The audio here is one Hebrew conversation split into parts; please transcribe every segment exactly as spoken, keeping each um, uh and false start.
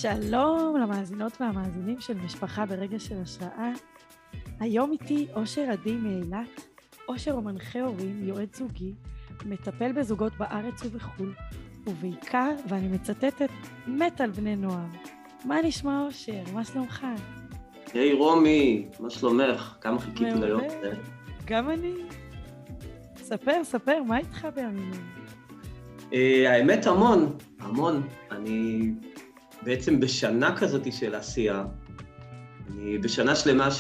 שלום למאזינות והמאזינים של משפחה ברגע של השראה. היום איתי אושר עדי מאילת. אושר הוא מנחה הורים, יועץ זוגי, מטפל בזוגות בארץ ובחול, ובעיקר, ואני מצטטת, מת על בני נוער. מה נשמע אושר? מה שלומך? היי רומי, מה שלומך? כמה חיכיתי ליום הזה? גם אני. ספר, ספר, מה איתך בימים? האמת המון, המון. אני בעצם בשנה כזאת של עשייה, אני בשנה שלמה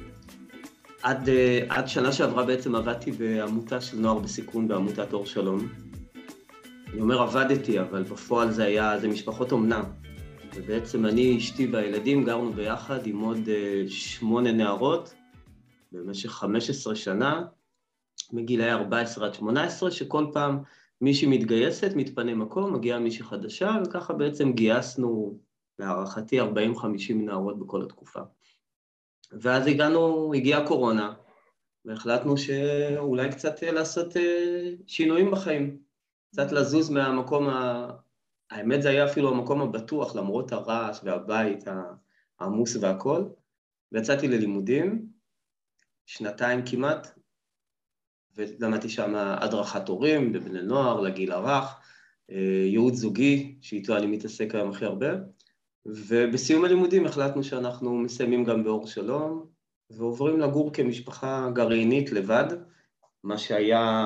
שעד עד שנה שעברה בעצם עבדתי בעמותה של נוער בסיכון, בעמותת אור שלום. אני אומר עבדתי, אבל בפועל זה היה, זה משפחות אומנה. ובעצם אני, אשתי והילדים גרנו ביחד עם עוד שמונה נערות במשך חמש עשרה שנה, מגילאי ארבע עשרה עד שמונה עשרה, שכל פעם מישהי מתגייסת, מתפנה מקום, מגיעה מישהי חדשה, וככה בעצם גייסנו להערכתי ארבעים חמישים נערות בכל התקופה. ואז הגענו, הגיעה קורונה, והחלטנו שאולי קצת לעשות שינויים בחיים, קצת לזוז מהמקום, ה... האמת זה היה אפילו המקום הבטוח, למרות הרעש והבית העמוס והכל, ויצאתי ללימודים, שנתיים כמעט, ולמדתי שם הדרכת הורים בבני נוער, לגיל הרך, ייעוץ זוגי, שאיתו אני מתעסק היום הכי הרבה, ובסיום הלימודים החלטנו שאנחנו מסיימים גם באור שלום, ועוברים לגור כמשפחה גרעינית לבד, מה שהיה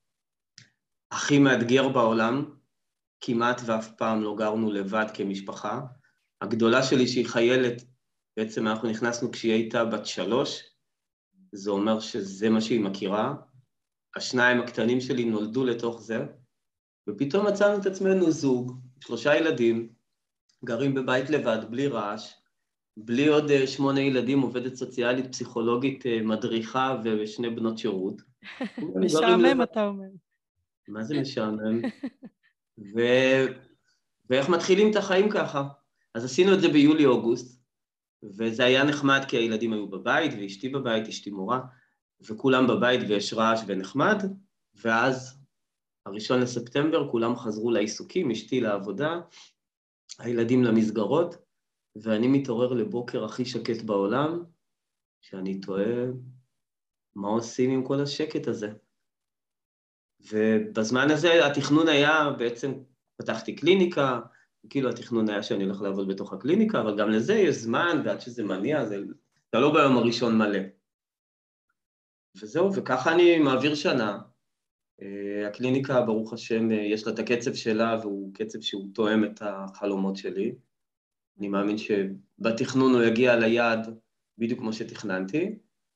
הכי מאתגר בעולם, כמעט ואף פעם לא גרנו לבד כמשפחה. הגדולה שלי שהיא חיילת, בעצם אנחנו נכנסנו כשהיא הייתה בת שלוש, זה אומר שזה מה שהיא מכירה, השניים הקטנים שלי נולדו לתוך זה, ופתאום מצאנו את עצמנו זוג, שלושה ילדים, גרים בבית לבד, בלי רעש, בלי עוד שמונה ילדים, עובדת סוציאלית, פסיכולוגית, מדריכה ושני בנות שירות. משעמם אתה אומר. מה זה משעמם? ו... ואיך מתחילים את החיים ככה? אז עשינו את זה ביולי-אוגוסט, וזה היה נחמד כי הילדים היו בבית, ואשתי בבית, אשתי מורה, וכולם בבית ויש רעש ונחמד, ואז הראשון לספטמבר כולם חזרו לעיסוקים, אשתי לעבודה, הילדים למסגרות, ואני מתעורר לבוקר הכי שקט בעולם, שאני תוהה מה עושים עם כל השקט הזה. ובזמן הזה התכנון היה בעצם, פתחתי קליניקה, כאילו התכנון היה שאני הולך לעבוד בתוך הקליניקה, אבל גם לזה יש זמן, ועד שזה מניע, זה, זה לא ביום הראשון מלא. וזהו, וככה אני מעביר שנה. הקליניקה, ברוך השם, יש לה את הקצב שלה, והוא קצב שהוא תואם את החלומות שלי. אני מאמין שבתכנון הוא יגיע ליעד בדיוק כמו שתכננתי,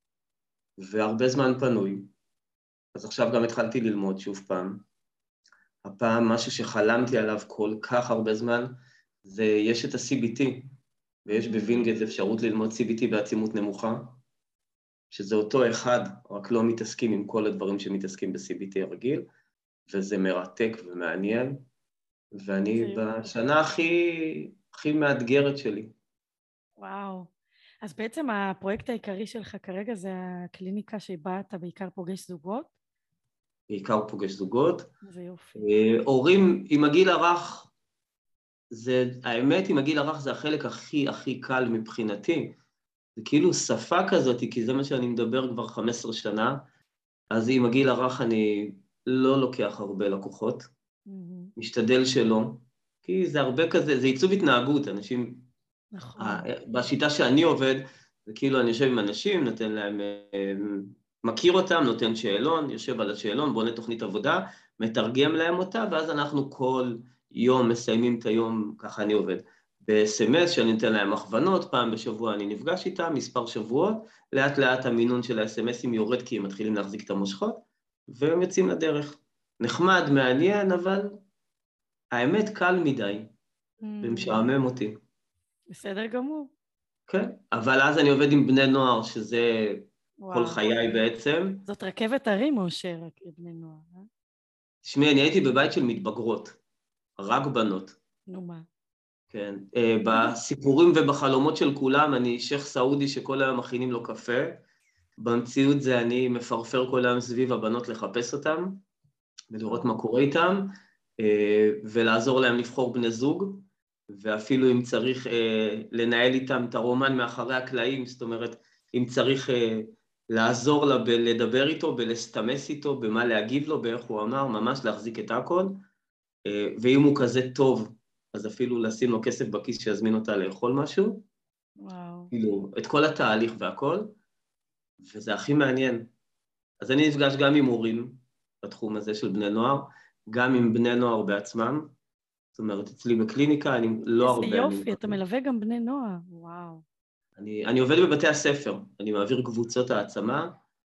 והרבה זמן פנוי. אז עכשיו גם התחלתי ללמוד שוב פעם. הפעם משהו שחלמתי עליו כל כך הרבה זמן, זה יש את ה-סי בי טי, ויש בווינגייט אפשרות ללמוד סי בי טי בעצימות נמוכה, שזה אותו אחד, רק לא מתעסקים עם כל הדברים שמתעסקים ב-סי בי טי הרגיל, וזה מרתק ומעניין, ואני בשנה הכי, הכי מאתגרת שלי. וואו. אז בעצם הפרויקט העיקרי שלך כרגע זה הקליניקה שבה אתה בעיקר פוגש זוגות? בעיקר פוגש זוגות. זה יופי. הורים עם הגיל הרך, זה, האמת עם הגיל הרך זה החלק הכי הכי קל מבחינתי, זה כאילו שפה כזאת, כי זה מה שאני מדבר כבר חמש עשרה שנה, אז עם הגיל הרך אני לא לוקח הרבה לקוחות, mm-hmm. משתדל שלא, כי זה הרבה כזה, זה עיצוב התנהגות, אנשים, נכון. בשיטה שאני עובד, זה כאילו אני יושב עם אנשים, נותן להם, מכיר אותם, נותן שאלון, יושב על השאלון, בונה תוכנית עבודה, מתרגם להם אותה, ואז אנחנו כל יום מסיימים את היום, ככה אני עובד. ב-אס אם אס שאני נותן להם הכוונות, פעם בשבוע אני נפגש איתם, מספר שבועות, לאט לאט המינון של ה-אס אם אסים יורד כי הם מתחילים להחזיק את המושכות, והם יוצאים לדרך. נחמד, מעניין, אבל האמת קל מדי, mm. ומשעמם אותי. בסדר גמור. כן, אבל אז אני עובד עם בני נוער, שזה וואו. כל חיי בעצם. זאת רכבת הרים או שרק בני נוער, אה? תשמעי, אני הייתי בבית של מתבגרות, רק בנות. נו מה? כן, בסיפורים ובחלומות של כולם, אני שייך סעודי שכל היום מכינים לו קפה, במציאות זה אני מפרפר כל היום סביב הבנות לחפש אותם, ולראות מה קורה איתם, ולעזור להם לבחור בני זוג, ואפילו אם צריך אה, לנהל איתם את הרומן מאחורי הקלעים, זאת אומרת, אם צריך אה, לעזור לה בלדבר איתו, בלסתמס איתו, במה להגיב לו, באיך הוא אמר, ממש להחזיק את הכל, אה, ואם הוא כזה טוב, אז אפילו לשים לו כסף בכיס שיזמין אותה לאכול משהו, וואו. כאילו, את כל התהליך והכל, וזה הכי מעניין. אז אני נפגש גם עם הורים בתחום הזה של בני נוער, גם עם בני נוער בעצמם, זאת אומרת, אצלי בקליניקה, אני לא הרבה... איזה יופי, אני... אתה מלווה גם בני נוער, וואו. אני, אני עובד בבתי הספר, אני מעביר קבוצות העצמה,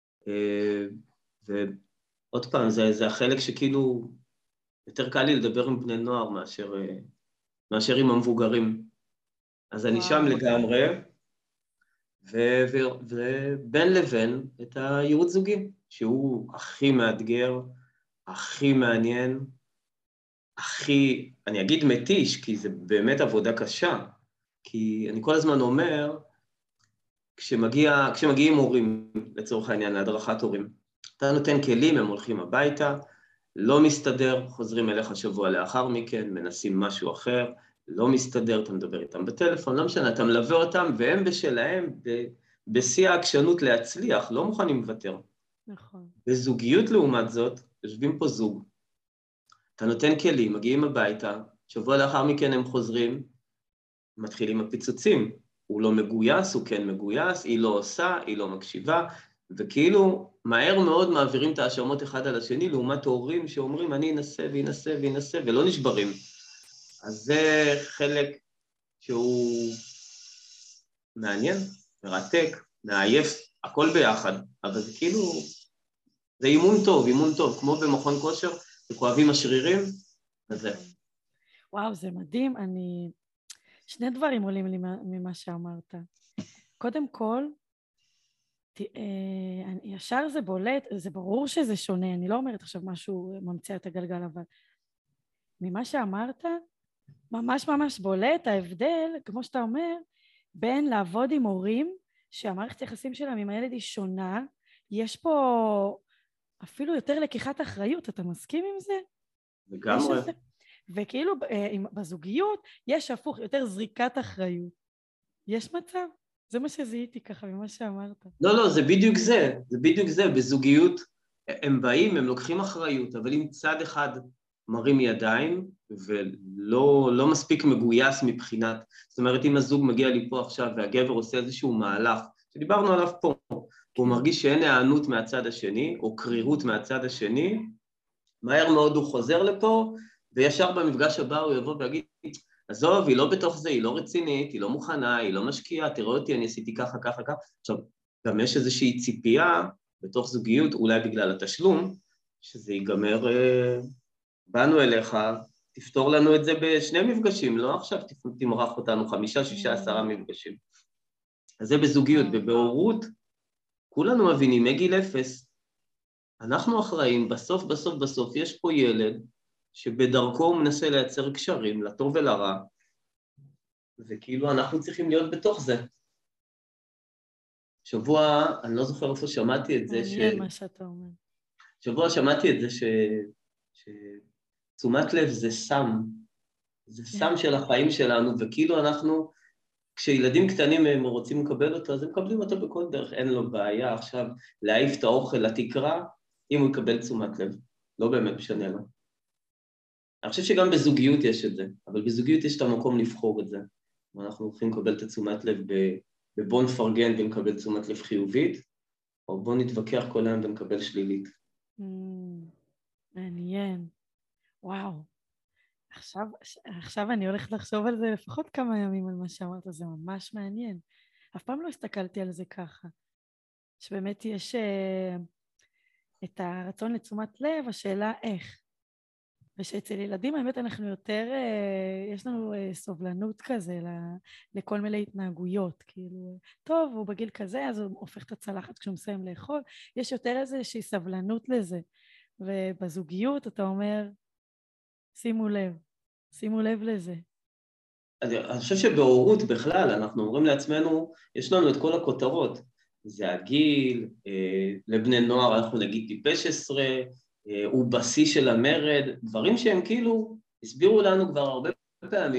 ועוד פעם, זה, זה החלק שכאילו יותר קל לי לדבר עם בני נוער מאשר, מאשר עם המבוגרים. אז אני שם לגמרי, ו- ו- ובין לבין את הייעוץ זוגי, שהוא הכי מאתגר, הכי מעניין, הכי, אני אגיד מתיש, כי זה באמת עבודה קשה, כי אני כל הזמן אומר, כשמגיע, כשמגיעים הורים, לצורך העניין, להדרכת הורים, אתה נותן כלים, הם הולכים הביתה, לא מסתדר, חוזרים אליך שבוע לאחר מכן, מנסים משהו אחר, לא מסתדר, אתה מדבר איתם בטלפון, לא משנה, אתה מלווה אותם, והם בשלהם, ב- בשיא העקשנות להצליח, לא מוכנים לוותר. נכון. בזוגיות לעומת זאת, יושבים פה זוג, אתה נותן כלים, מגיעים הביתה, שבוע לאחר מכן הם חוזרים, מתחילים הפיצוצים, הוא לא מגויס, הוא כן מגויס, היא לא עושה, היא לא מקשיבה, וכאילו מהר מאוד מעבירים את האשמות אחד על השני, לעומת הורים שאומרים אני אנסה ואנסה ואנסה, ולא נשברים. אז זה חלק שהוא מעניין, מרתק, מעייף, הכל ביחד, אבל זה כאילו, זה אימון טוב, אימון טוב, כמו במכון כושר, וכואבים השרירים, וזה. וואו, זה מדהים, אני... שני דברים עולים לי ממה שאמרת. קודם כל, ישר זה בולט, זה ברור שזה שונה, אני לא אומרת עכשיו משהו ממציא את הגלגל, אבל ממה שאמרת, ממש ממש בולט ההבדל, כמו שאתה אומר, בין לעבוד עם הורים, שהמערכת היחסים שלהם עם הילד היא שונה, יש פה אפילו יותר לקיחת אחריות, אתה מסכים עם זה? לגמרי. וכאילו בזוגיות יש הפוך, יותר זריקת אחריות. יש מצב? זה מה שזיהיתי ככה ממה שאמרת. לא, לא, זה בדיוק זה, זה בדיוק זה, בזוגיות הם באים, הם לוקחים אחריות, אבל אם צד אחד מרים ידיים, ולא לא מספיק מגויס מבחינת, זאת אומרת, אם הזוג מגיע לי פה עכשיו, והגבר עושה איזשהו מהלך, שדיברנו עליו פה, הוא מרגיש שאין הענות מהצד השני, או קרירות מהצד השני, מהר מאוד הוא חוזר לפה, וישר במפגש הבא הוא יבוא ויגיד, עזוב, היא לא בתוך זה, היא לא רצינית, היא לא מוכנה, היא לא משקיעה, תראה אותי, אני עשיתי ככה, ככה, ככה. עכשיו, גם יש איזושהי ציפייה בתוך זוגיות, אולי בגלל התשלום, שזה ייגמר, אה, באנו אליך, תפתור לנו את זה בשני מפגשים, לא עכשיו תמרח אותנו חמישה, שישה, עשרה מפגשים. אז זה בזוגיות, ובהורות, כולנו מבינים, מגיל אפס, אנחנו אחראים, בסוף, בסוף, בסוף, יש פה ילד, שבדרכו הוא מנסה לייצר קשרים, לטוב ולרע, וכאילו אנחנו צריכים להיות בתוך זה. שבוע, אני לא זוכר איפה שמעתי את זה, ש... מעניין מה שאתה אומר. שבוע שמעתי את זה ש... שתשומת לב זה סם, זה סם של החיים שלנו, וכאילו אנחנו, כשילדים קטנים הם רוצים לקבל אותו, אז הם מקבלים אותו בכל דרך, אין לו בעיה עכשיו להעיף את האוכל לתקרה, אם הוא יקבל תשומת לב, לא באמת משנה לו. אני חושב שגם בזוגיות יש את זה, אבל בזוגיות יש את המקום לבחור את זה. ואנחנו הולכים לקבל את תשומת לב בבוא נפרגן ונקבל תשומת לב חיובית, או בוא נתווכח כל היום ונקבל שלילית. מעניין. וואו. עכשיו, עכשיו אני הולכת לחשוב על זה לפחות כמה ימים על מה שאמרת, זה ממש מעניין. אף פעם לא הסתכלתי על זה ככה. שבאמת יש את הרצון לתשומת לב, השאלה איך. ושאצל ילדים האמת אנחנו יותר, יש לנו סובלנות כזה לכל מיני התנהגויות, כאילו, טוב, הוא בגיל כזה, אז הוא הופך את הצלחת כשהוא מסיים לאכול, יש יותר איזושהי סבלנות לזה, ובזוגיות אתה אומר, שימו לב, שימו לב לזה. אני חושב שבהורות בכלל, אנחנו אומרים לעצמנו, יש לנו את כל הכותרות, זה הגיל, לבני נוער אנחנו נגיד טיפש עשרה, הוא בשיא של המרד, דברים שהם כאילו הסבירו לנו כבר הרבה פעמים,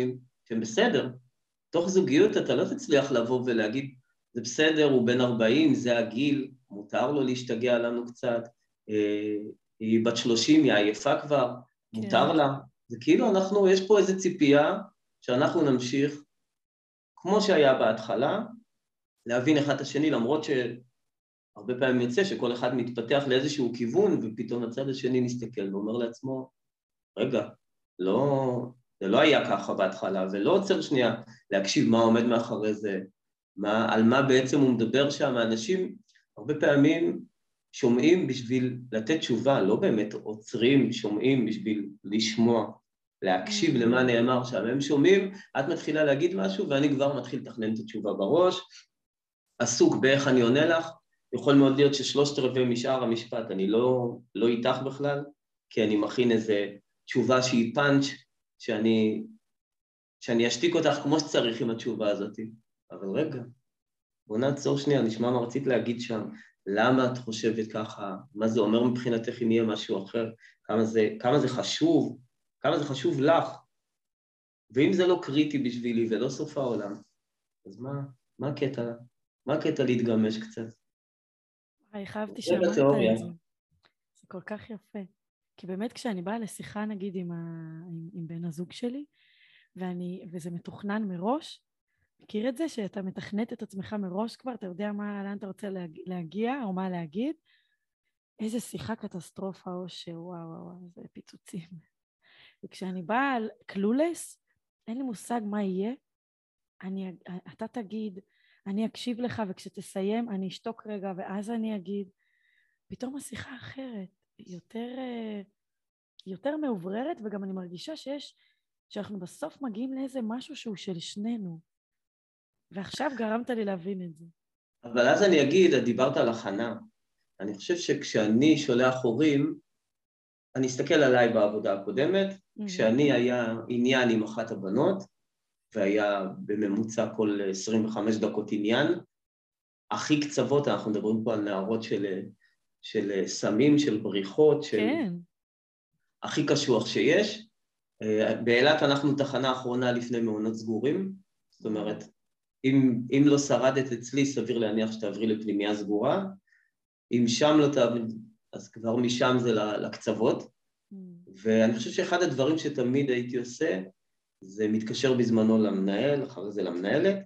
שהם בסדר. תוך זוגיות אתה לא תצליח לבוא ולהגיד, זה בסדר, הוא בן ארבעים, זה הגיל, מותר לו להשתגע לנו קצת, אה, היא בת שלושים, היא עייפה כבר, כן. מותר לה. זה כאילו אנחנו, יש פה איזו ציפייה שאנחנו נמשיך, כמו שהיה בהתחלה, להבין אחד את השני, למרות שהרבה פעמים יוצא שכל אחד מתפתח לאיזשהו כיוון, ופתאום הצד השני מסתכל ואומר לעצמו, רגע, לא, זה לא היה ככה בהתחלה, ולא עוצר שנייה להקשיב מה עומד מאחורי זה, מה, על מה בעצם הוא מדבר שם. האנשים הרבה פעמים שומעים בשביל לתת תשובה, לא באמת עוצרים, שומעים בשביל לשמוע, להקשיב למה נאמר שם. הם שומעים, את מתחילה להגיד משהו, ואני כבר מתחיל לתכנן את התשובה בראש, עסוק באיך אני עונה לך, יכול מאוד להיות ששלושת רבעי משאר המשפט, אני לא, לא איתך בכלל, כי אני מכין איזה תשובה שהיא פאנץ', שאני, שאני אשתיק אותך כמו שצריך עם התשובה הזאת. אבל רגע, בוא נעצור שנייה, נשמע מה רצית להגיד שם, למה את חושבת ככה, מה זה אומר מבחינתך אם יהיה משהו אחר, כמה זה, כמה זה חשוב, כמה זה חשוב לך, ואם זה לא קריטי בשבילי ולא סוף העולם, אז מה, מה הקטע, מה הקטע להתגמש קצת? אני חייבתי שאמרת את זה, זה כל כך יפה, כי באמת כשאני באה לשיחה נגיד עם, ה... עם, עם בן הזוג שלי, ואני, וזה מתוכנן מראש, מכיר את זה שאתה מתכנת את עצמך מראש כבר, אתה יודע מה, לאן אתה רוצה להגיע או מה להגיד, איזה שיחה קטסטרופה או שוואו וואו וואו, זה פיצוצים. וכשאני באה קלולס, אין לי מושג מה יהיה, אני, אתה תגיד, אני אקשיב לך וכשתסיים אני אשתוק רגע ואז אני אגיד, פתאום השיחה אחרת, יותר, יותר מעובררת, וגם אני מרגישה שיש, שאנחנו בסוף מגיעים לאיזה משהו שהוא של שנינו, ועכשיו גרמת לי להבין את זה. אבל אז אני אגיד, את דיברת על הכנה, אני חושב שכשאני שולח הורים, אני אסתכל עליי בעבודה הקודמת, mm-hmm. כשאני היה עניין עם אחת הבנות, והיה בממוצע כל עשרים וחמש דקות עניין, הכי קצוות, אנחנו מדברים פה על נערות של, של סמים, של בריחות, של... כן. הכי קשוח שיש. באילת אנחנו תחנה האחרונה לפני מעונות סגורים, זאת אומרת, אם, אם לא שרדת אצלי, סביר להניח שתעברי לפנימיה סגורה, אם שם לא תעברי, אז כבר משם זה לקצוות, mm. ואני חושב שאחד הדברים שתמיד הייתי עושה, זה מתקשר בזמנו למנהל, אחרי זה למנהלת,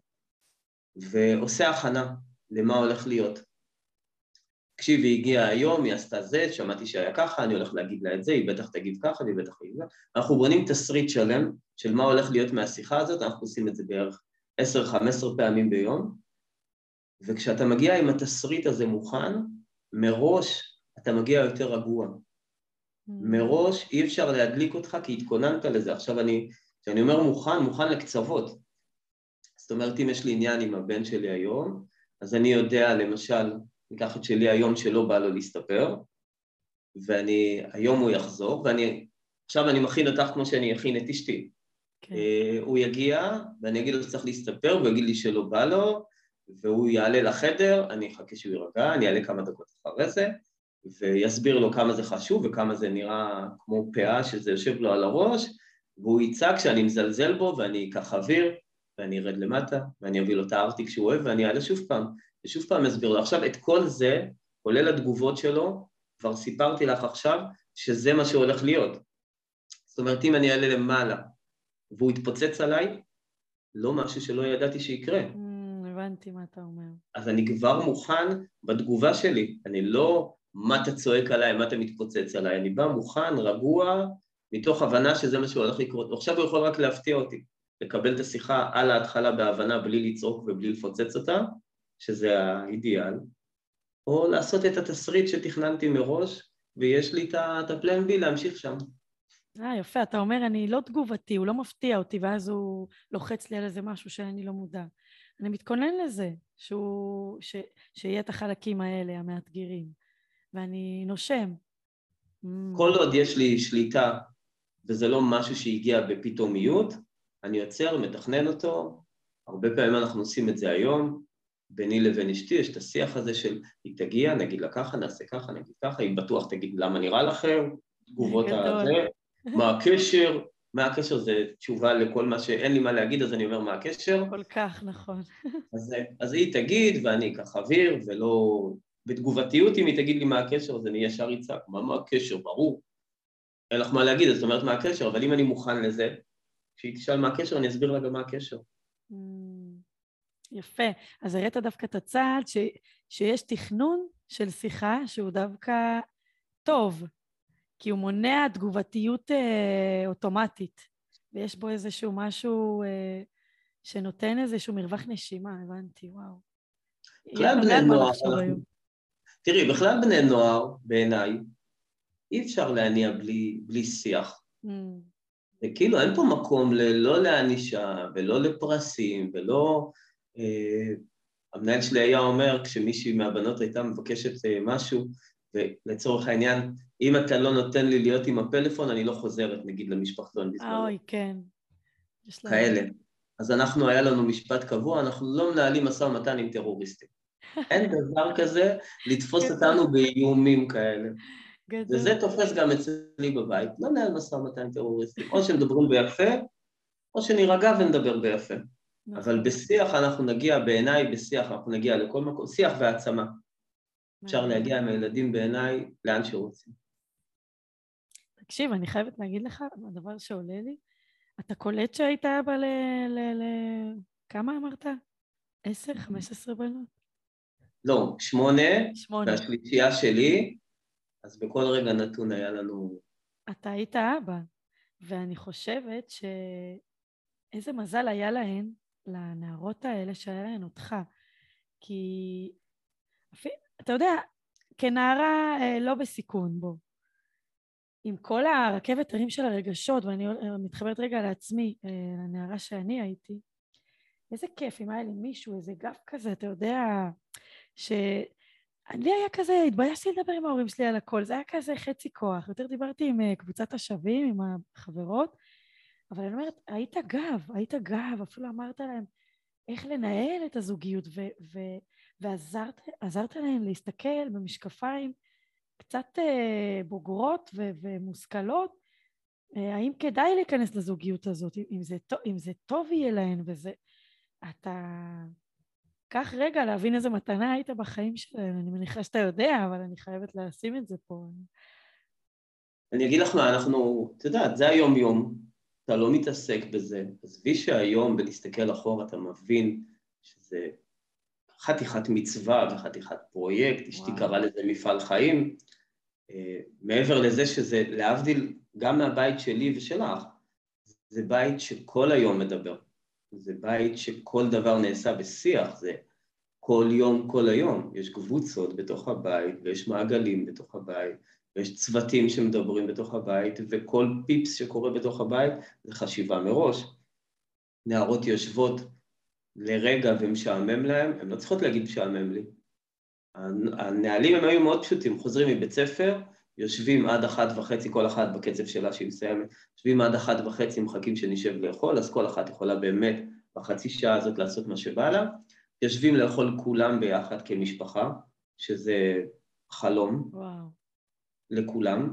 ועושה הכנה למה הולך להיות. תקשיבי, הגיעה היום, היא עשתה זה, שמעתי שהיה ככה, אני הולך להגיד לה את זה, היא בטח תגיד ככה, והיא בטח תגיד לה. אנחנו בונים תסריט שלם של מה הולך להיות מהשיחה הזאת, אנחנו עושים את זה בערך עשר חמש עשרה פעמים ביום, וכשאתה מגיע עם התסריט הזה מוכן, מראש אתה מגיע יותר רגוע. מראש אי אפשר להדליק אותך כי התכוננת לזה. עכשיו אני, כשאני אומר מוכן, מוכן לקצוות. זאת אומרת, אם יש לי עניין עם הבן שלי היום, אז אני יודע, למשל, ניקח את שלי היום שלא בא לו להסתפר, ואני, היום הוא יחזור, ואני, עכשיו אני מכין אותך כמו שאני אכין את אשתי. Okay. Uh, הוא יגיע, ואני אגיד לו שצריך להסתפר, והוא יגיד לי שלא בא לו, והוא יעלה לחדר, אני אחכה שהוא יירגע, אני אעלה כמה דקות אחרי זה, ויסביר לו כמה זה חשוב, וכמה זה נראה כמו פאה שזה יושב לו על הראש, והוא יצעק שאני מזלזל בו, ואני אקח אוויר, ואני ארד למטה, ואני אביא לו את הארטיק שהוא אוהב, ואני אעלה שוב פעם, ושוב פעם אסביר לו. עכשיו, את כל זה, כולל התגובות שלו, כבר סיפרתי לך עכשיו, שזה מה שהולך להיות. זאת אומרת, אם אני אעלה למעלה, והוא יתפוצץ עליי, לא משהו שלא ידעתי שיקרה. Mm, הבנתי מה אתה אומר. אז אני כבר מוכן בתגובה שלי, אני לא מה אתה צועק עליי, מה אתה מתפוצץ עליי, אני בא מוכן, רגוע, מתוך הבנה שזה מה שהולך לקרות. עכשיו הוא יכול רק להפתיע אותי, לקבל את השיחה על ההתחלה בהבנה, בלי לצעוק ובלי לפוצץ אותה, שזה האידיאל, או לעשות את התסריט שתכננתי מראש, ויש לי את הפלן בי להמשיך שם. אה, יפה, אתה אומר, אני לא תגובתי, הוא לא מפתיע אותי, ואז הוא לוחץ לי על איזה משהו שאני לא מודע. אני מתכונן לזה, שהוא, ש, שיהיה את החלקים האלה, המאתגרים, ואני נושם. כל עוד יש לי שליטה, וזה לא משהו שהגיע בפתאומיות, אני יוצר, מתכנן אותו, הרבה פעמים אנחנו עושים את זה היום, ביני לבין אשתי, יש את השיח הזה של, היא תגיע, נגיד לה ככה, נעשה ככה, נגיד ככה, היא בטוח תגיד למה נראה לכם, תגובות הזה, מה הקשר, מה הקשר זה תשובה לכל מה שאין לי מה להגיד, אז אני אומר מה הקשר. כל כך, נכון. אז, אז היא תגיד, ואני אקח אוויר, ולא... בתגובתיות, אם היא תגיד לי מה הקשר, אז אני ישר יצעק, מה, מה הקשר? ברור. אין לך מה להגיד, אז זאת אומרת מה הקשר, אבל אם אני מוכן לזה, כשהיא תשאל מה הקשר, אני אסביר לה גם מה הקשר. יפה. אז הראית דווקא את הצעד ש... שיש תכנון של שיחה שהוא דווקא טוב, כי הוא מונע תגובתיות אה, אוטומטית, ויש בו איזשהו משהו אה, שנותן איזשהו מרווח נשימה, הבנתי, וואו. יש בכלל הרבה בני על מה נוער, לחשוב היום. תראי, בכלל בני נוער, בעיניי, אי אפשר להניע בלי, בלי שיח. Mm. וכאילו אין פה מקום לא להענישה ולא לפרסים ולא... אה, המנהל שלי היה אומר, כשמישהי מהבנות הייתה מבקשת אה, משהו, ולצורך העניין, אם אתה לא נותן לי להיות עם הפלאפון, אני לא חוזרת, נגיד, למשפחתון בזמנו. אוי, כן. כאלה. אז אנחנו, היה לנו משפט קבוע, אנחנו לא מנהלים משא ומתן עם טרוריסטים. אין דבר כזה לתפוס אותנו באיומים כאלה. גדול. וזה תופס גם אצלי בבית, לא מנהל משא ומתן עם טרוריסטים. או שמדברים ביפה, או שנירגע ונדבר ביפה. אבל בשיח אנחנו נגיע, בעיניי בשיח אנחנו נגיע לכל מקום, שיח והעצמה. אפשר להגיע עם הילדים בעיניי לאן שרוצים. תקשיב, אני חייבת להגיד לך, הדבר שעולה לי, אתה קולט שהיית אבא ל... ל... ל... כמה אמרת? עשר, חמש עשרה בנות? לא, שמונה, שמונה. והשלישייה שלי, אז בכל רגע נתון היה לנו... אתה היית אבא, ואני חושבת שאיזה מזל היה להן, לנערות האלה שהיה להן אותך, כי אתה יודע, כנערה לא בסיכון בו, עם כל הרכבת הרים של הרגשות, ואני מתחברת רגע לעצמי, לנערה שאני הייתי, איזה כיף אם היה לי מישהו, איזה גב כזה, אתה יודע, שאני היה כזה, התביישתי לדבר עם ההורים שלי על הכל, זה היה כזה חצי כוח, יותר דיברתי עם קבוצת השווים, עם החברות, אבל אני אומרת, היית גב, היית גב, אפילו אמרת להם איך לנהל את הזוגיות, ו- ו- ועזרת עזרת להם להסתכל במשקפיים קצת אה, בוגרות ו- ומושכלות, אה, האם כדאי להיכנס לזוגיות הזאת, אם זה, אם זה טוב יהיה להן, וזה, אתה... קח רגע להבין איזה מתנה היית בחיים שלהם, אני מניחה שאתה יודע, אבל אני חייבת לשים את זה פה. אני אגיד לך מה, אנחנו, אתה יודע, זה היום-יום, אתה לא מתעסק בזה, עזבי שהיום בלהסתכל אחורה אתה מבין שזה חתיכת מצווה וחתיכת פרויקט, אשתי קרא לזה מפעל חיים, מעבר לזה שזה להבדיל גם מהבית שלי ושלך, זה בית שכל היום מדבר, זה בית שכל דבר נעשה בשיח, זה כל יום, כל היום, יש קבוצות בתוך הבית ויש מעגלים בתוך הבית, ויש צוותים שמדברים בתוך הבית, וכל פיפס שקורה בתוך הבית זה חשיבה מראש. נערות יושבות לרגע ומשעמם להם, הן לא צריכות להגיד משעמם לי. הנהלים הם היו מאוד פשוטים, חוזרים מבית ספר, יושבים עד אחת וחצי, כל אחת בקצב שלה שהיא מסיימת, יושבים עד אחת וחצי, מחכים שנשב לאכול, אז כל אחת יכולה באמת בחצי שעה הזאת לעשות מה שבא לה, יושבים לאכול כולם ביחד כמשפחה, שזה חלום. וואו. לכולם.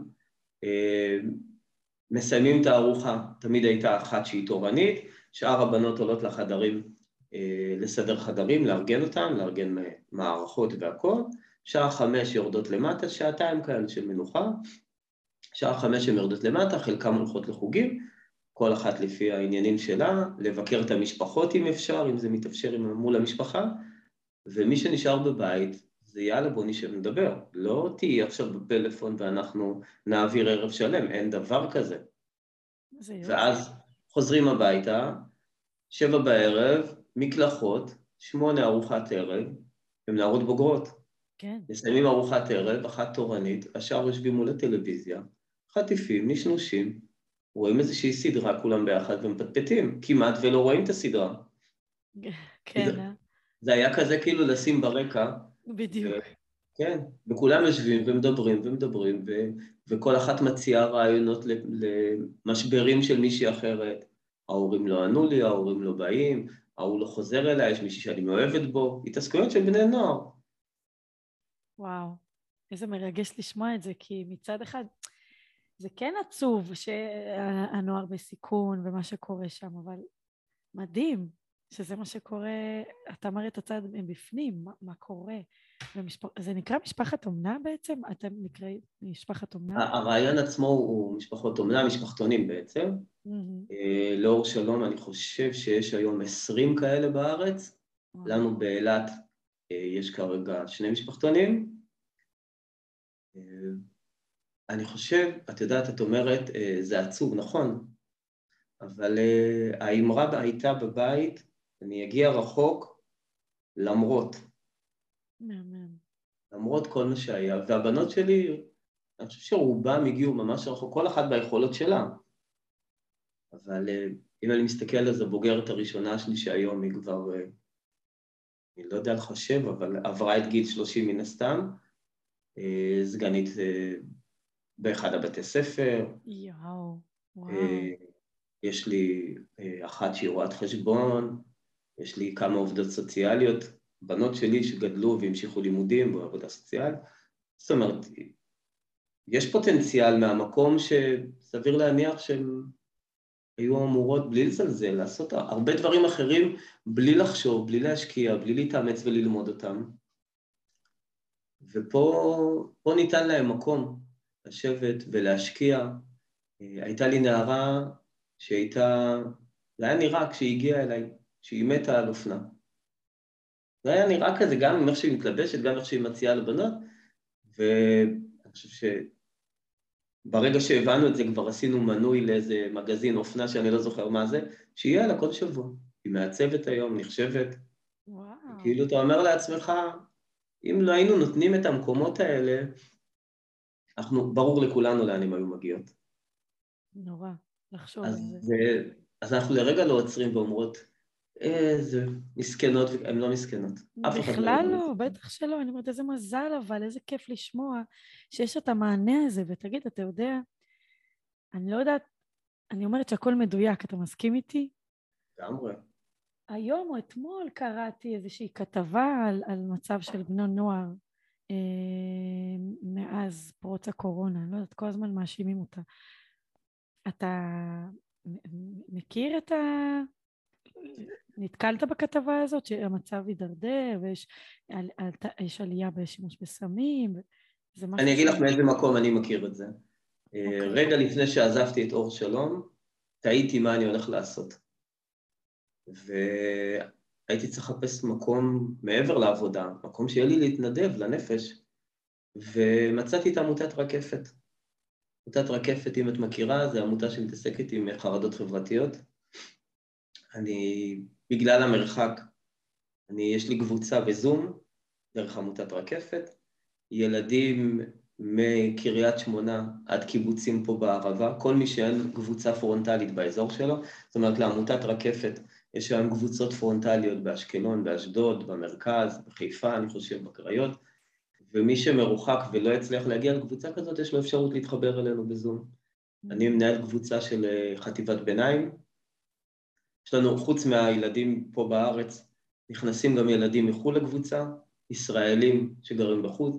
מסיימים את הארוחה, תמיד הייתה אחת שהיא תורנית, שאר הבנות עולות לחדרים, לסדר חדרים, לארגן אותם, לארגן מערכות והכל, שעה חמש יורדות למטה, שעתיים כאלה של מנוחה, שעה חמש הן יורדות למטה, חלקם הולכות לחוגים, כל אחת לפי העניינים שלה, לבקר את המשפחות אם אפשר, אם זה מתאפשר מול המשפחה, ומי שנשאר בבית, זה יאללה בוא נשב נדבר, לא תהיי עכשיו בפלאפון ואנחנו נעביר ערב שלם, אין דבר כזה. ואז חוזרים הביתה, שבע בערב, מקלחות, שמונה ארוחת ערב, הם נערות בוגרות. כן. נסיימים ארוחת ערב, אחת תורנית, השאר יושבים מול הטלוויזיה, חטיפים, נשנושים, רואים איזושהי סדרה כולם ביחד ומפטפטים, כמעט ולא רואים את הסדרה. כן, אה? זה היה כזה כאילו לשים ברקע. בדיוק. כן, וכולם יושבים ומדברים ומדברים, ו- וכל אחת מציעה רעיונות למשברים של מישהי אחרת. ההורים לא ענו לי, ההורים לא באים, ההוא לא חוזר אליי, יש מישהי שאני מאוהבת בו, התעסקויות של בני נוער. וואו, איזה מרגש לשמוע את זה, כי מצד אחד, זה כן עצוב שהנוער בסיכון ומה שקורה שם, אבל מדהים שזה מה שקורה, אתה מראה את הצד מבפנים, מה, מה קורה. ומשפח... זה נקרא משפחת אומנה בעצם? אתם נקראים משפחת אומנה? הרעיון עצמו הוא משפחות אומנה, משפחתונים בעצם. Mm-hmm. לאור שלום, אני חושב שיש היום עשרים כאלה בארץ. וואו. לנו באילת יש כרגע שני משפחתונים. אני חושב, את יודעת, את אומרת, זה עצוב, נכון, אבל האמרה הייתה בבית, אני אגיע רחוק למרות. מאמן. למרות כל מה שהיה. והבנות שלי, אני חושב שרובם הגיעו ממש רחוק, כל אחת ביכולות שלה. אבל אם אני מסתכל על זה, בוגרת הראשונה שלי שהיום היא כבר, אני לא יודע לחשב, אבל עברה את גיל שלושים מן הסתם, סגנית באחד הבתי ספר. יואו, וואו. יש לי אחת שהיא רואת חשבון, יש לי כמה עובדות סוציאליות, בנות שלי שגדלו והמשיכו לימודים בעבודה סוציאלית. זאת אומרת, יש פוטנציאל מהמקום שסביר להניח שהן היו אמורות בלי לזלזל, לעשות הרבה דברים אחרים בלי לחשוב, בלי להשקיע, בלי להתאמץ וללמוד אותם. ופה פה ניתן להם מקום לשבת ולהשקיע. הייתה לי נערה שהייתה, זה היה נראה כשהיא הגיעה אליי, שהיא מתה על אופנה. זה היה נראה כזה גם עם איך שהיא מתלבשת, גם איך שהיא מציעה לבנות, ואני חושב שברגע שהבנו את זה כבר עשינו מנוי לאיזה מגזין אופנה שאני לא זוכר מה זה, שיהיה לה כל שבוע. היא מעצבת היום, נחשבת. וואו. כאילו אתה אומר לעצמך, אם לא היינו נותנים את המקומות האלה, אנחנו, ברור לכולנו לאן הם היו מגיעות. נורא, לחשוב אז, על זה. זה, אז אנחנו לרגע לא עוצרים ואומרות, איזה מסכנות, הן לא מסכנות. אף אחד בכלל לא, בטח שלא, אני אומרת, איזה מזל, אבל איזה כיף לשמוע שיש את המענה הזה, ותגיד, אתה יודע, אני לא יודעת, אני אומרת שהכל מדויק, אתה מסכים איתי? לגמרי. היום או אתמול קראתי איזושהי כתבה על, על מצב של בני נוער אה, מאז פרוץ הקורונה, אני לא יודעת, כל הזמן מאשימים אותה. אתה מכיר את ה... נתקלת בכתבה הזאת שהמצב הידרדר ויש על, על, יש עלייה בשימוש בסמים? זה משהו אני אגיד ש... לך מאיזה מקום אני מכיר את זה. Okay. רגע לפני שעזבתי את אור שלום, תהיתי מה אני הולך לעשות. והייתי צריך לחפש מקום מעבר לעבודה, מקום שיהיה לי להתנדב לנפש, ומצאתי את עמותת רקפת. עמותת רקפת, אם את מכירה, זו עמותה שמתעסקת עם חרדות חברתיות. אני, בגלל המרחק, אני, יש לי קבוצה בזום, דרך עמותת רקפת, ילדים מקריית שמונה עד קיבוצים פה בערבה, כל מי שאין קבוצה פרונטלית באזור שלו, זאת אומרת לעמותת רקפת, יש שם קבוצות פרונטליות באשקלון, באשדוד, במרכז, בחיפה, אני חושב, בקריות, ומי שמרוחק ולא יצליח להגיע לקבוצה כזאת, יש לו אפשרות להתחבר אלינו בזום. Mm-hmm. אני מנהל קבוצה של חטיבת ביניים, יש לנו, חוץ מהילדים פה בארץ, נכנסים גם ילדים מחו"ל לקבוצה, ישראלים שגרים בחו"ל,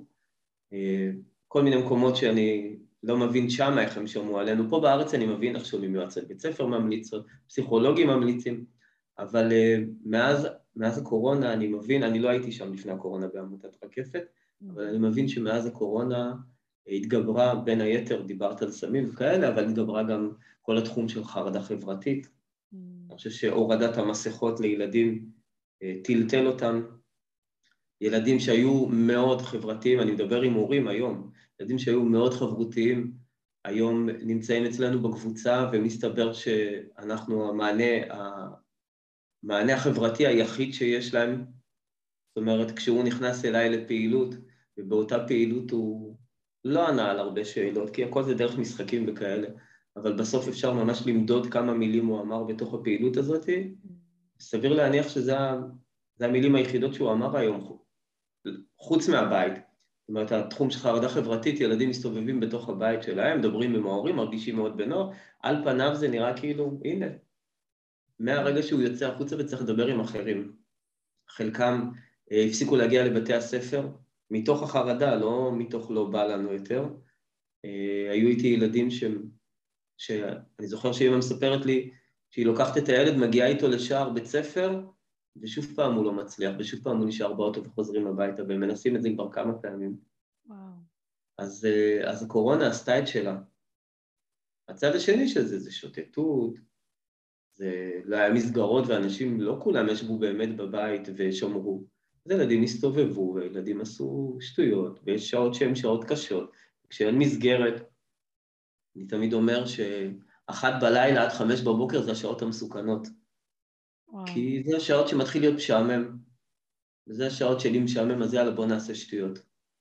כל מיני מקומות שאני לא מבין שם איך הם שמעו עלינו. פה בארץ אני מבין איך שומעים יועצי בית ספר ממליצות, פסיכולוגים ממליצים, אבל מאז, מאז הקורונה אני מבין, אני לא הייתי שם לפני הקורונה בעמותת רקפת, אבל אני מבין שמאז הקורונה התגברה, בין היתר דיברת על סמים וכאלה, אבל התגברה גם כל התחום של חרדה חברתית. אני חושב שהורדת המסכות לילדים טלטל אותם, ילדים שהיו מאוד חברתיים, אני מדבר עם הורים היום, ילדים שהיו מאוד חברותיים, היום נמצאים אצלנו בקבוצה, ומסתבר שאנחנו המענה, המענה החברתי היחיד שיש להם, זאת אומרת, כשהוא נכנס אליי לפעילות, ובאותה פעילות הוא לא ענה על הרבה שאלות, כי הכל זה דרך משחקים וכאלה, אבל בסוף אפשר ממש למדוד כמה מילים הוא אמר בתוך הפעילות הזאת, סביר להניח שזה המילים היחידות שהוא אמר היום, חוץ מהבית. זאת אומרת, התחום של חרדה חברתית, ילדים מסתובבים בתוך הבית שלהם, מדברים עם ההורים, מרגישים מאוד בנוח, על פניו זה נראה כאילו, הנה, מהרגע שהוא יוצא החוצה וצריך לדבר עם אחרים. חלקם אה, הפסיקו להגיע לבתי הספר, מתוך החרדה, לא מתוך לא בא לנו יותר, אה, היו איתי ילדים ש... שאני זוכר שאמא מספרת לי שהיא לוקחת את הילד, מגיעה איתו לשער בית ספר, ושוב פעם הוא לא מצליח, ושוב פעם הוא נשאר באוטו וחוזרים הביתה, והם מנסים את זה כבר כמה פעמים. וואו. אז, אז הקורונה עשתה את שלה. הצד השני של זה זה שוטטות, זה לא היה מסגרות, ואנשים לא כולם ישבו באמת בבית ושמרו. אז ילדים הסתובבו, וילדים עשו שטויות, ויש שעות שהן שעות קשות. כשאין מסגרת, אני תמיד אומר שאחת בלילה עד חמש בבוקר זה השעות המסוכנות. וואו. כי זה השעות שמתחיל להיות משעמם. וזה השעות שלי משעמם, אז יאללה, בוא נעשה שטויות.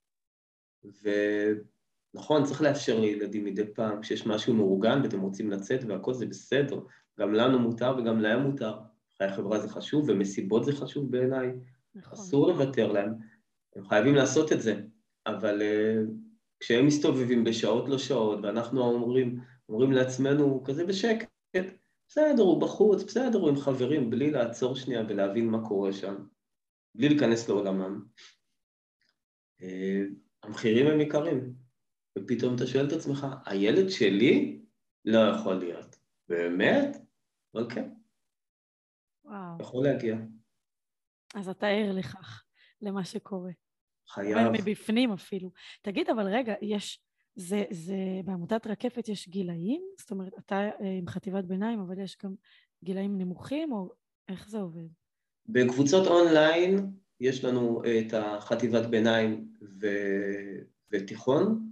ונכון, צריך לאפשר לילדים מדי פעם, כשיש משהו מאורגן ואתם רוצים לצאת והכל זה בסדר. גם לנו מותר וגם להם מותר. חיי חברה זה חשוב, ומסיבות זה חשוב בעיניי. נכון. אסור לוותר להם. הם חייבים לעשות את זה. אבל uh, כשהם מסתובבים בשעות לא שעות, ואנחנו אומרים, אומרים לעצמנו כזה בשקט, בסדר, הוא בחוץ, בסדר, הוא עם חברים, בלי לעצור שנייה ולהבין מה קורה שם. בלי להיכנס לעולמם. Uh, המחירים הם יקרים. ופתאום אתה שואל את עצמך, הילד שלי לא יכול להיות. באמת? אוקיי. וואו. יכול להגיע. אז אתה ער לכך, למה שקורה. חייב. מבפנים אפילו. תגיד, אבל רגע, יש, זה, זה, בעמותת רקפת יש גילאים? זאת אומרת, אתה עם חטיבת ביניים, אבל יש גם גילאים נמוכים, או איך זה עובד? בקבוצות אונליין יש לנו את החטיבת ביניים ו... ותיכון,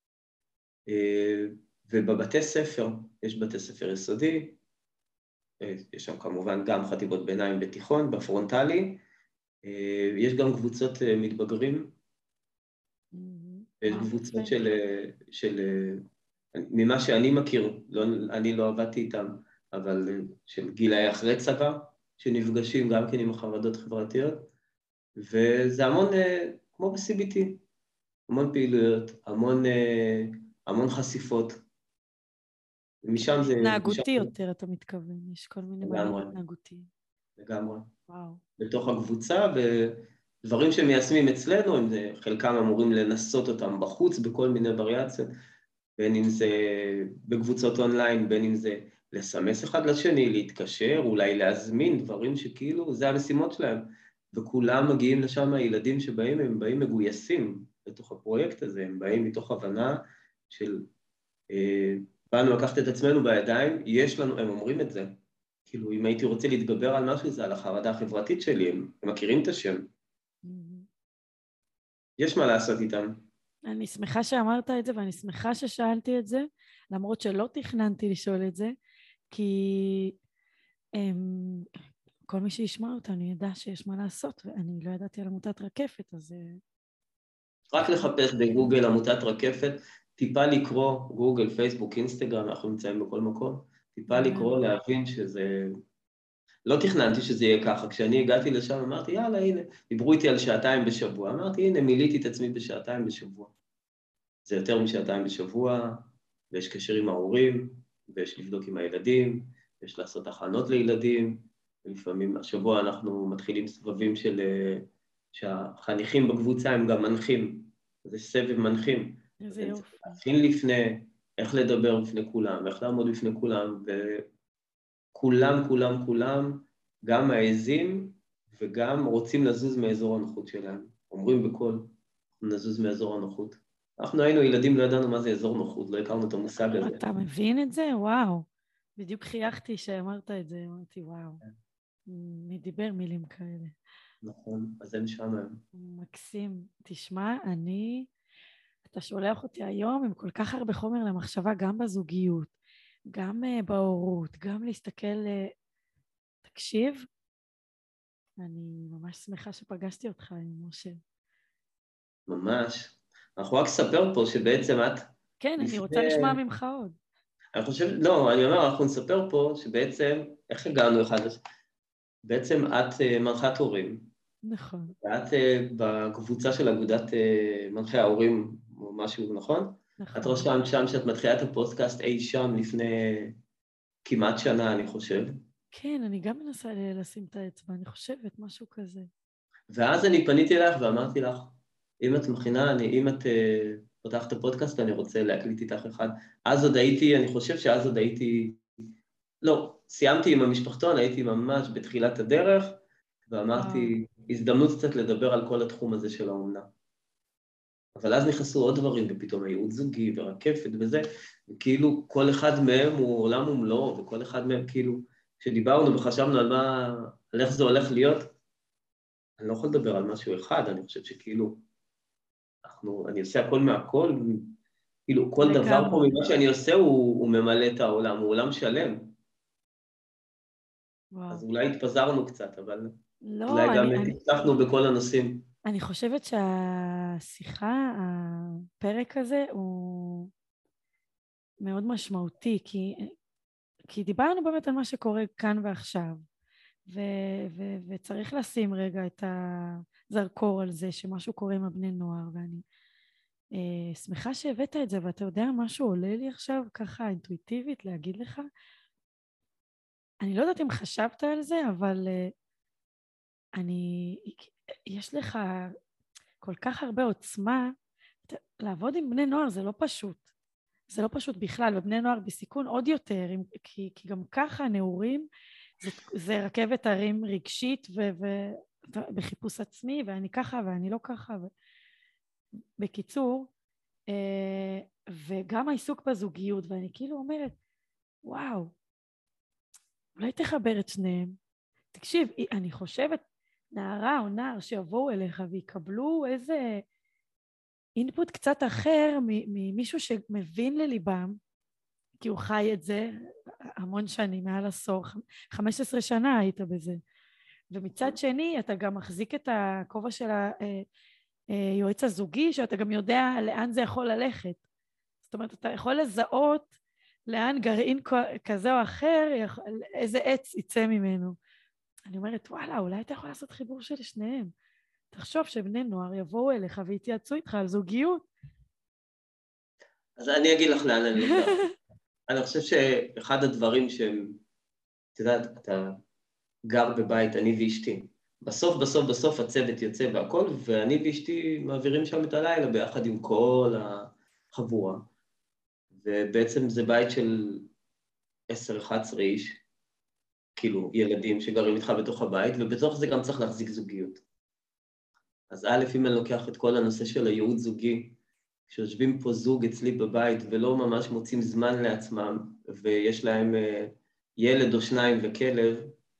ובבתי ספר, יש בתי ספר יסודי, יש שם כמובן גם חטיבות ביניים בתיכון, בפרונטלי, יש גם קבוצות מתבגרים, יש קבוצות של, של, ממה שאני מכיר, לא, אני לא עבדתי איתם, אבל של גילאי אחרי צבא, שנפגשים גם כן עם החרדות חברתיות, וזה המון, כמו ב-סי בי טי, המון פעילויות, המון, המון חשיפות. ומשם זה... התנהגותי יותר, אתה מתכוון, יש כל מיני מעלים התנהגותיים. לגמרי. וואו. בתוך הקבוצה, ודברים שמיישמים אצלנו, הם חלקם אמורים לנסות אותם בחוץ, בכל מיני וריאציות, בין אם זה בקבוצות אונליין, בין אם זה לסמס אחד לשני, להתקשר, אולי להזמין דברים שכאילו, זה המשימות שלהם. וכולם מגיעים לשם, הילדים שבאים, הם באים מגויסים לתוך הפרויקט הזה, הם באים מתוך הבנה של, אה, באנו לקחת את עצמנו בידיים, יש לנו, הם אומרים את זה, כאילו, אם הייתי רוצה להתגבר על משהו, זה על החרדה החברתית שלי, הם, הם מכירים את השם. Mm-hmm. יש מה לעשות איתם. אני שמחה שאמרת את זה, ואני שמחה ששאלתי את זה, למרות שלא תכננתי לשאול את זה, כי הם, כל מי שישמע אותנו ידע שיש מה לעשות, ואני לא ידעתי על עמותת רקפת, אז... רק לחפש בגוגל עמותת רקפת, טיפה לקרוא, גוגל, פייסבוק, אינסטגרם, אנחנו נמצאים בכל מקום, טיפה לקרוא, להבין שזה... לא תכננתי שזה יהיה ככה, כשאני הגעתי לשם אמרתי, יאללה, הנה, דיברו איתי על שעתיים בשבוע, אמרתי, הנה, מיליתי את עצמי בשעתיים בשבוע. זה יותר משעתיים בשבוע, ויש קשר עם ההורים, ויש לבדוק עם הילדים, ויש לעשות הכנות לילדים, ולפעמים השבוע אנחנו מתחילים סבבים של... שהחניכים בקבוצה הם גם מנחים, זה סבב מנחים. איזה יופי. להכין לפני, איך לדבר בפני כולם, איך לעמוד בפני כולם, וכולם, כולם, כולם, גם העזים וגם רוצים לזוז מאזור הנוחות שלהם. אומרים בכל, נזוז מאזור הנוחות. אנחנו היינו ילדים, לא ידענו מה זה אזור נוחות, לא הכרנו את המושג הזה. אתה מבין את זה? וואו. בדיוק חייכתי שאמרת את זה, אמרתי וואו. מי דיבר מילים כאלה. נכון, אז אין שם היום. מקסים. תשמע, אני... אתה שולח אותי היום עם כל כך הרבה חומר למחשבה, גם בזוגיות, גם uh, בהורות, גם להסתכל... Uh, תקשיב, אני ממש שמחה שפגשתי אותך עם משה. ממש. אנחנו רק נספר פה שבעצם את... כן, לפני... אני רוצה לשמוע ממך עוד. אני חושב... לא, אני אומר, אנחנו נספר פה שבעצם... איך הגענו אחד? בעצם את uh, מנחת הורים. נכון. ואת uh, בקבוצה של אגודת uh, מנחי ההורים, או משהו, נכון? נכון. את רשמת שם שאת מתחילה את הפודקאסט אי שם לפני כמעט שנה, אני חושב. כן, אני גם מנסה לשים את האצבע, אני חושבת, משהו כזה. ואז אני פניתי לך ואמרתי לך, אם את מכינה, אני, אם את uh, פותח את הפודקאסט, אני רוצה להקליט איתך אחד. אז עוד הייתי, אני חושב שאז עוד הייתי, לא, סיימתי עם המשפחתון, הייתי ממש בתחילת הדרך, ואמרתי, הזדמנות קצת לדבר על כל התחום הזה של האומנה. אבל אז נכנסו עוד דברים, ופתאום הייעוץ זוגי ורקפת וזה, וכאילו כל אחד מהם הוא עולם ומלואו, וכל אחד מהם כאילו, כשדיברנו וחשבנו על מה, על איך זה הולך להיות, אני לא יכול לדבר על משהו אחד, אני חושב שכאילו, אנחנו, אני עושה הכל מהכל, כאילו כל לגמרי. דבר פה ממה שאני עושה הוא, הוא ממלא את העולם, הוא עולם שלם. וואו. אז אולי התפזרנו קצת, אבל לא, אולי גם אני, תצטרכנו אני, בכל הנושאים. אני חושבת שהשיחה, הפרק הזה הוא מאוד משמעותי, כי, כי דיברנו באמת על מה שקורה כאן ועכשיו, ו, ו, וצריך לשים רגע את הזרקור על זה שמשהו קורה עם הבני נוער, ואני אה, שמחה שהבאת את זה, ואתה יודע, משהו עולה לי עכשיו ככה אינטואיטיבית להגיד לך, אני לא יודעת אם חשבת על זה, אבל אה, אני, יש לך כל כך הרבה עוצמה, לעבוד עם בני נוער זה לא פשוט. זה לא פשוט בכלל, ובני נוער בסיכון עוד יותר, כי, כי גם ככה נעורים, זה, זה רכבת הרים רגשית ובחיפוש עצמי, ואני ככה ואני לא ככה. ו... בקיצור, אה, וגם העיסוק בזוגיות, ואני כאילו אומרת, וואו, אולי תחבר את שניהם. תקשיב, אני חושבת, נערה או נער שיבואו אליך ויקבלו איזה אינפוט קצת אחר ממישהו שמבין לליבם, כי הוא חי את זה המון שנים, מעל עשור, חמש עשרה שנה היית בזה. ומצד שני, אתה גם מחזיק את הכובע של היועץ הזוגי, שאתה גם יודע לאן זה יכול ללכת. זאת אומרת, אתה יכול לזהות לאן גרעין כזה או אחר, איזה עץ יצא ממנו. אני אומרת, וואלה, אולי אתה יכול לעשות חיבור של שניהם. תחשוב שבני נוער יבואו אליך והתייעצו איתך על זוגיות. אז אני אגיד לך לאן אני לוקח. אני חושב שאחד הדברים שהם, את יודעת, אתה גר בבית, אני ואשתי. בסוף, בסוף, בסוף הצוות יוצא והכל, ואני ואשתי מעבירים שם את הלילה ביחד עם כל החבורה. ובעצם זה בית של עשר אחת עשרה איש, כאילו ילדים שגרים איתך בתוך הבית, ובתוך זה גם צריך להחזיק זוגיות. אז א', אם אני לוקח את כל הנושא של הייעוץ זוגי, כשיושבים פה זוג אצלי בבית ולא ממש מוצאים זמן לעצמם, ויש להם uh, ילד או שניים וכלב,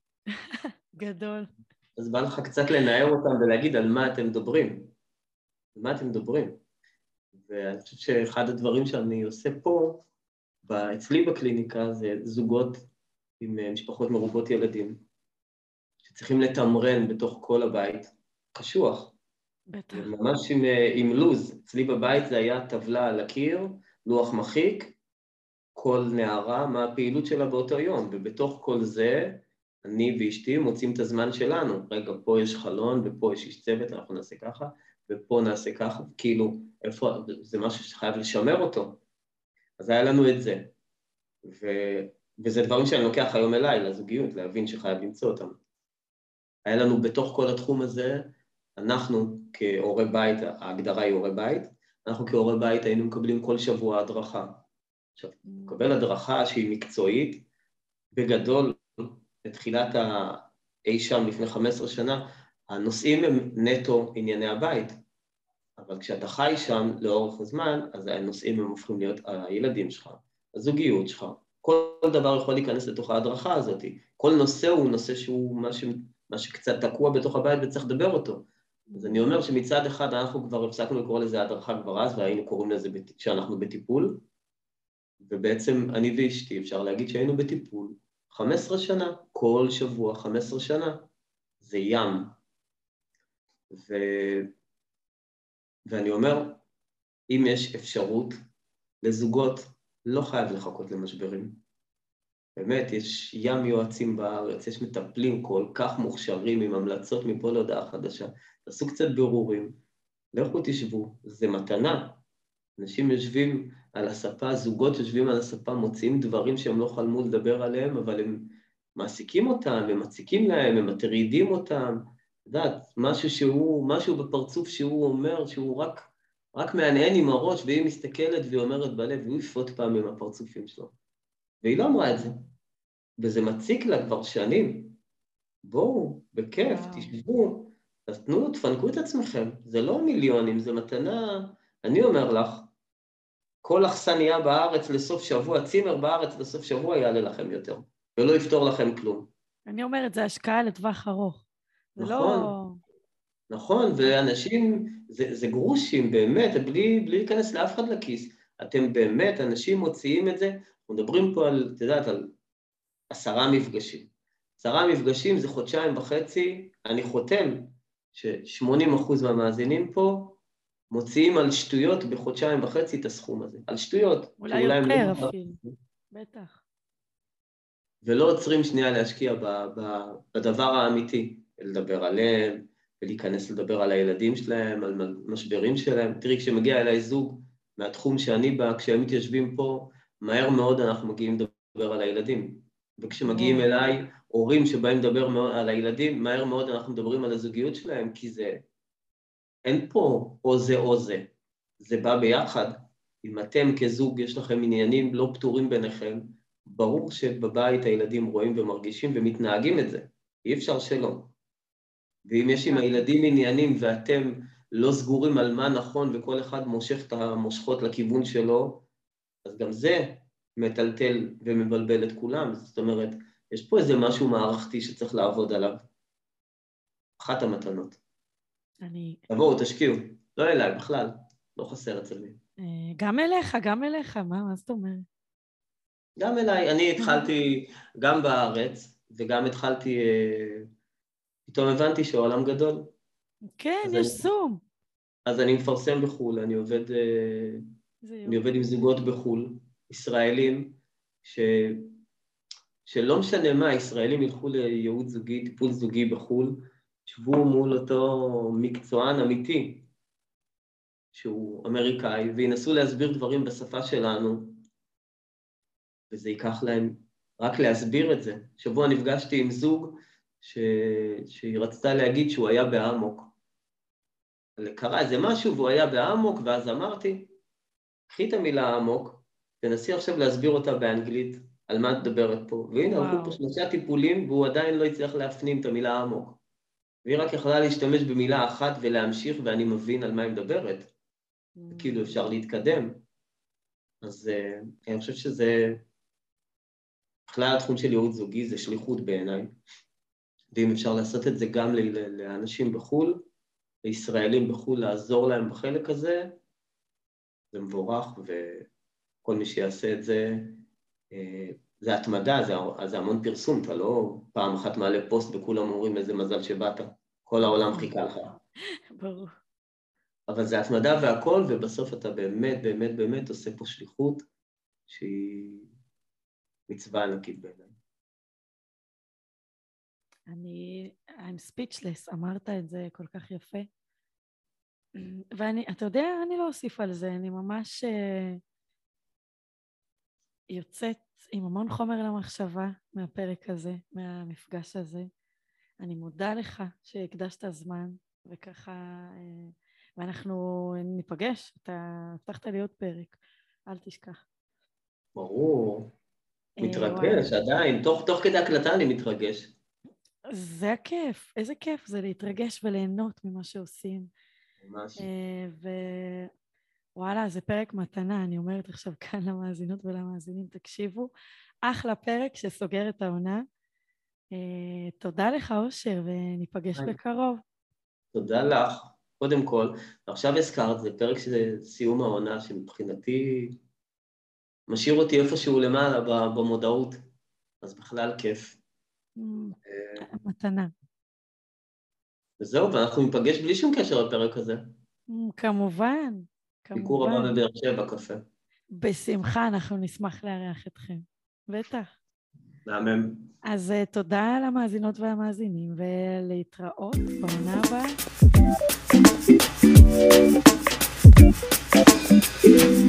גדול. אז בא לך קצת לנער אותם ולהגיד על מה אתם מדברים. על מה אתם מדברים. ואני חושב שאחד הדברים שאני עושה פה, אצלי בקליניקה, זה זוגות עם משפחות מרובות ילדים, שצריכים לתמרן בתוך כל הבית, קשוח. בטח. ממש עם, עם לוז. אצלי בבית זה היה טבלה על הקיר, לוח מחיק, כל נערה, מה הפעילות שלה באותו יום, ובתוך כל זה, אני ואשתי מוצאים את הזמן שלנו. רגע, פה יש חלון, ופה יש איש צוות, אנחנו נעשה ככה, ופה נעשה ככה, כאילו, איפה, זה משהו שחייב לשמר אותו. אז היה לנו את זה. ו, וזה דברים שאני לוקח היום אליי, לזוגיות, להבין שחייב למצוא אותם. היה לנו בתוך כל התחום הזה, אנחנו כהורי בית, ההגדרה היא הורי בית, אנחנו כהורי בית היינו מקבלים כל שבוע הדרכה. עכשיו, מקבל הדרכה שהיא מקצועית, בגדול, בתחילת האי שם לפני חמש עשרה שנה, הנושאים הם נטו ענייני הבית, אבל כשאתה חי שם לאורך הזמן, אז הנושאים הם הופכים להיות הילדים שלך, הזוגיות שלך, כל דבר יכול להיכנס לתוך ההדרכה הזאת, כל נושא הוא נושא שהוא מה, ש... מה שקצת תקוע בתוך הבית וצריך לדבר אותו. אז אני אומר שמצד אחד אנחנו כבר הפסקנו לקרוא לזה הדרכה כבר אז, והיינו קוראים לזה שאנחנו בטיפול, ובעצם אני ואשתי אפשר להגיד שהיינו בטיפול, חמש עשרה שנה, כל שבוע חמש עשרה שנה, זה ים. ו... ואני אומר, אם יש אפשרות לזוגות, לא חייב לחכות למשברים. באמת, יש ים יועצים בארץ, יש מטפלים כל כך מוכשרים עם המלצות מפה להודעה חדשה. תעשו קצת בירורים, לכו תשבו, זה מתנה. אנשים יושבים על הספה, זוגות יושבים על הספה, מוציאים דברים שהם לא חלמו לדבר עליהם, אבל הם מעסיקים אותם, הם מציקים להם, הם מטרידים אותם. יודעת, משהו שהוא, משהו בפרצוף שהוא אומר, שהוא רק רק מעניין עם הראש, והיא מסתכלת והיא אומרת בלב, והוא יפות פעם עם הפרצופים שלו. והיא לא אמרה את זה. וזה מציק לה כבר שנים. בואו, בכיף, וואו. תשבו, אז תנו, תפנקו את עצמכם. זה לא מיליונים, זה מתנה. אני אומר לך, כל אכסניה בארץ לסוף שבוע, צימר בארץ לסוף שבוע יעלה לכם יותר, ולא יפתור לכם כלום. אני אומרת, זה השקעה לטווח ארוך. נכון, לא... נכון, ואנשים, זה, זה גרושים באמת, בלי, בלי להיכנס לאף אחד לכיס. אתם באמת, אנשים מוציאים את זה, אנחנו מדברים פה על, את יודעת, על עשרה מפגשים. עשרה מפגשים זה חודשיים וחצי, אני חותם ש-שמונים אחוז מהמאזינים פה, מוציאים על שטויות בחודשיים וחצי את הסכום הזה. על שטויות. אולי יותר אפילו. בטח. ולא עוצרים שנייה להשקיע ב- ב- בדבר האמיתי, לדבר עליהם, ולהיכנס לדבר על הילדים שלהם, על משברים שלהם. תראי, כשמגיע אליי זוג מהתחום שאני בא, כשהם מתיישבים פה, מהר מאוד אנחנו מגיעים לדבר על הילדים. וכשמגיעים אליי הורים שבאים לדבר על הילדים, מהר מאוד אנחנו מדברים על הזוגיות שלהם, כי זה... אין פה או זה או זה, זה בא ביחד. אם אתם כזוג יש לכם עניינים לא פתורים ביניכם, ברור שבבית הילדים רואים ומרגישים ומתנהגים את זה, אי אפשר שלא. ואם יש עם הילדים עניינים ואתם לא סגורים על מה נכון וכל אחד מושך את המושכות לכיוון שלו, אז גם זה מטלטל ומבלבל את כולם. זאת אומרת, יש פה איזה משהו מערכתי שצריך לעבוד עליו. אחת המתנות. אני... תבואו, תשקיעו. לא אליי, בכלל. לא חסר אצל מי. גם אליך, גם אליך. מה, מה זאת אומרת? גם אליי. אני התחלתי גם בארץ, וגם התחלתי... פתאום הבנתי שהעולם גדול. כן, יש סום. אז אני מפרסם בחול, אני עובד... אני עובד עם זוגות בחול, ישראלים, ש... שלא משנה מה, ישראלים ילכו לייעוץ זוגי, טיפול זוגי בחול, שבו מול אותו מקצוען אמיתי, שהוא אמריקאי, וינסו להסביר דברים בשפה שלנו, וזה ייקח להם רק להסביר את זה. שבוע נפגשתי עם זוג ש... שהיא רצתה להגיד שהוא היה באמוק. קרה איזה משהו והוא היה באמוק, ואז אמרתי, קחי את המילה אמוק, תנסי עכשיו להסביר אותה באנגלית, על מה את מדברת פה. והנה, הלכו פה שלושה טיפולים, והוא עדיין לא הצליח להפנים את המילה אמוק. והיא רק יכולה להשתמש במילה אחת ולהמשיך, ואני מבין על מה היא מדברת. Mm. וכאילו אפשר להתקדם. אז uh, אני חושב שזה, בכלל התחום של ייעוץ זוגי זה שליחות בעיניי. ואם אפשר לעשות את זה גם לאנשים בחול, לישראלים בחול, לעזור להם בחלק הזה, זה מבורך, וכל מי שיעשה את זה, uh, זה התמדה, זה, זה המון פרסום, אתה לא פעם אחת מעלה פוסט וכולם אומרים איזה מזל שבאת, כל העולם חיכה לך. ברור. אבל זה התמדה והכל, ובסוף אתה באמת, באמת, באמת עושה פה שליחות שהיא מצווה ענקית בעיניי. אני, I'm speechless, אמרת את זה כל כך יפה. ואני, אתה יודע, אני לא אוסיף על זה, אני ממש uh, יוצאת עם המון חומר למחשבה מהפרק הזה, מהמפגש הזה. אני מודה לך שהקדשת זמן, וככה, ואנחנו ניפגש, אתה הבטחת לי עוד פרק, אל תשכח. ברור, מתרגש עדיין, תוך, תוך כדי הקלטה אני מתרגש. זה הכיף, איזה כיף זה להתרגש וליהנות ממה שעושים. ממש. ו... וואלה, זה פרק מתנה, אני אומרת עכשיו כאן למאזינות ולמאזינים, תקשיבו, אחלה פרק שסוגר את העונה. Uh, תודה לך אושר, וניפגש בקרוב. תודה לך, קודם כל, ועכשיו הזכרת, זה פרק שזה סיום העונה, שמבחינתי משאיר אותי איפשהו למעלה במודעות, אז בכלל כיף. מתנה. וזהו, ואנחנו ניפגש בלי שום קשר לפרק הזה. כמובן. ביקור הבא בבאר שבע, קפה. בשמחה, אנחנו נשמח לארח אתכם. בטח. מהמם. אז תודה למאזינות והמאזינים, ולהתראות בעונה הבאה.